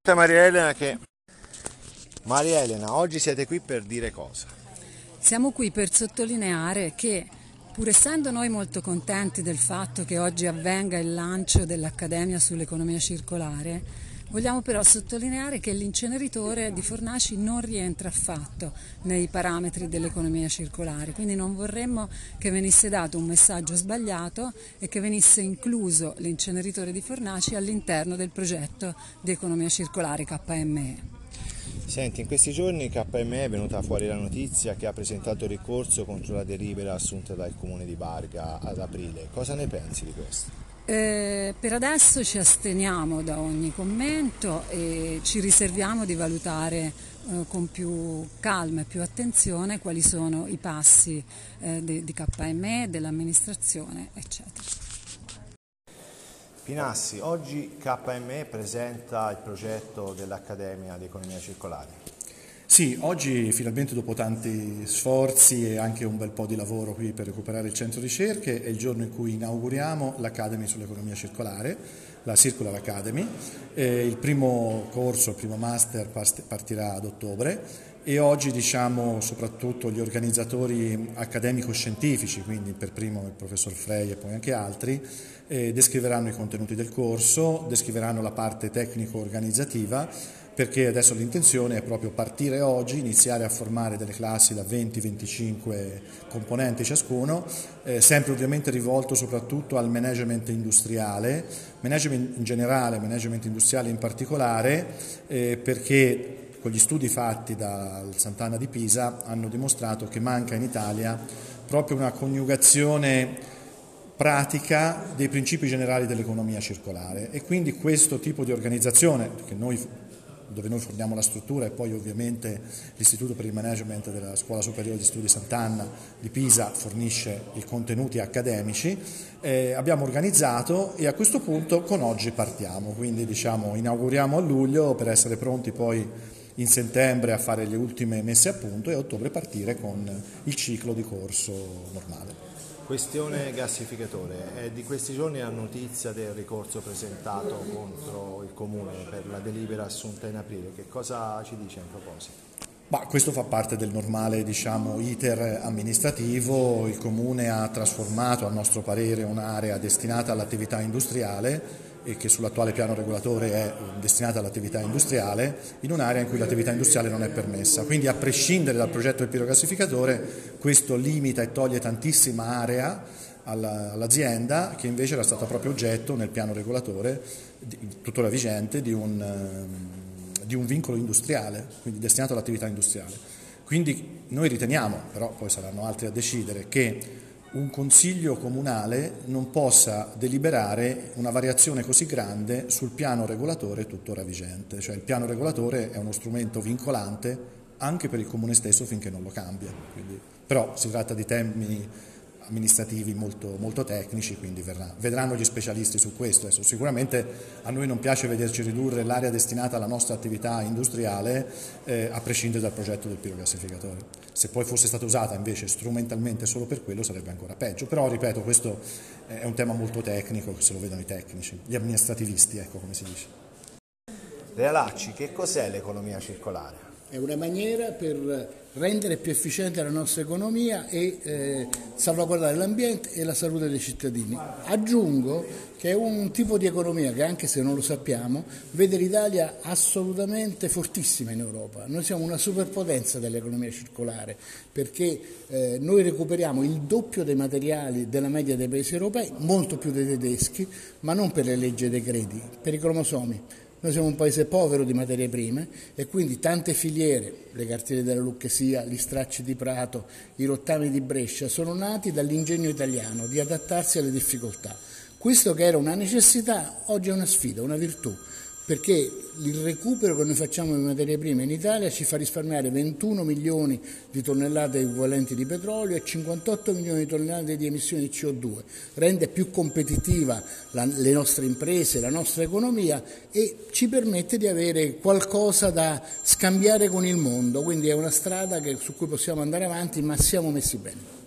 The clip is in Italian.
Maria Elena, oggi siete qui per dire cosa? Siamo qui per sottolineare che, pur essendo noi molto contenti del fatto che oggi avvenga il lancio dell'Accademia sull'economia circolare, vogliamo però sottolineare che l'inceneritore di Fornaci non rientra affatto nei parametri dell'economia circolare, quindi non vorremmo che venisse dato un messaggio sbagliato e che venisse incluso l'inceneritore di Fornaci all'interno del progetto di economia circolare KME. Senti, in questi giorni KME è venuta fuori la notizia che ha presentato ricorso contro la delibera assunta dal comune di Barga ad aprile. Cosa ne pensi di questo? Per adesso ci asteniamo da ogni commento e ci riserviamo di valutare con più calma e più attenzione quali sono i passi di KME, dell'amministrazione, eccetera. Pinassi, oggi KME presenta il progetto dell'Accademia di Economia Circolare. Sì, oggi finalmente dopo tanti sforzi e anche un bel po' di lavoro qui per recuperare il centro ricerche è il giorno in cui inauguriamo l'Academy sull'economia circolare, la Circular Academy. Il primo corso, il primo master partirà ad ottobre e oggi soprattutto gli organizzatori accademico-scientifici, quindi per primo il professor Frey e poi anche altri, descriveranno i contenuti del corso, descriveranno la parte tecnico-organizzativa, perché adesso l'intenzione è proprio partire oggi, iniziare a formare delle classi da 20-25 componenti ciascuno, sempre ovviamente rivolto soprattutto al management industriale, management in generale, management industriale in particolare, perché con gli studi fatti dal Sant'Anna di Pisa hanno dimostrato che manca in Italia proprio una coniugazione pratica dei principi generali dell'economia circolare e quindi questo tipo di organizzazione, dove noi forniamo la struttura e poi ovviamente l'Istituto per il Management della Scuola Superiore di Studi Sant'Anna di Pisa fornisce i contenuti accademici, abbiamo organizzato e a questo punto con oggi partiamo, quindi inauguriamo a luglio per essere pronti poi in settembre a fare le ultime messe a punto e a ottobre partire con il ciclo di corso normale. Questione gassificatore, è di questi giorni la notizia del ricorso presentato contro il Comune per la delibera assunta in aprile, che cosa ci dice in proposito? Questo fa parte del normale iter amministrativo, il Comune ha trasformato a nostro parere un'area destinata all'attività industriale e che sull'attuale piano regolatore è destinata all'attività industriale, in un'area in cui l'attività industriale non è permessa. Quindi a prescindere dal progetto del pirogassificatore questo limita e toglie tantissima area all'azienda che invece era stata proprio oggetto nel piano regolatore, tuttora vigente, di un vincolo industriale, quindi destinato all'attività industriale. Quindi noi riteniamo, però poi saranno altri a decidere, che un consiglio comunale non possa deliberare una variazione così grande sul piano regolatore tuttora vigente, cioè il piano regolatore è uno strumento vincolante anche per il comune stesso finché non lo cambia, però si tratta di temi amministrativi molto, molto tecnici, quindi vedranno gli specialisti su questo. Adesso, sicuramente a noi non piace vederci ridurre l'area destinata alla nostra attività industriale a prescindere dal progetto del pirogassificatore. Se poi fosse stata usata invece strumentalmente solo per quello sarebbe ancora peggio, però ripeto questo è un tema molto tecnico che se lo vedono i tecnici, gli amministrativisti, ecco come si dice. Realacci, che cos'è l'economia circolare? È una maniera per rendere più efficiente la nostra economia e salvaguardare l'ambiente e la salute dei cittadini. Aggiungo che è un tipo di economia che, anche se non lo sappiamo, vede l'Italia assolutamente fortissima in Europa. Noi siamo una superpotenza dell'economia circolare perché noi recuperiamo il doppio dei materiali della media dei paesi europei, molto più dei tedeschi, ma non per le leggi e decreti, per i cromosomi. Noi siamo un paese povero di materie prime e quindi tante filiere, le cartiere della Lucchesia, gli stracci di Prato, i rottami di Brescia, sono nati dall'ingegno italiano di adattarsi alle difficoltà. Questo che era una necessità oggi è una sfida, una virtù, perché il recupero che noi facciamo di materie prime in Italia ci fa risparmiare 21 milioni di tonnellate equivalenti di petrolio e 58 milioni di tonnellate di emissioni di CO2, rende più competitiva le nostre imprese, la nostra economia e ci permette di avere qualcosa da scambiare con il mondo, quindi è una strada su cui possiamo andare avanti, ma siamo messi bene.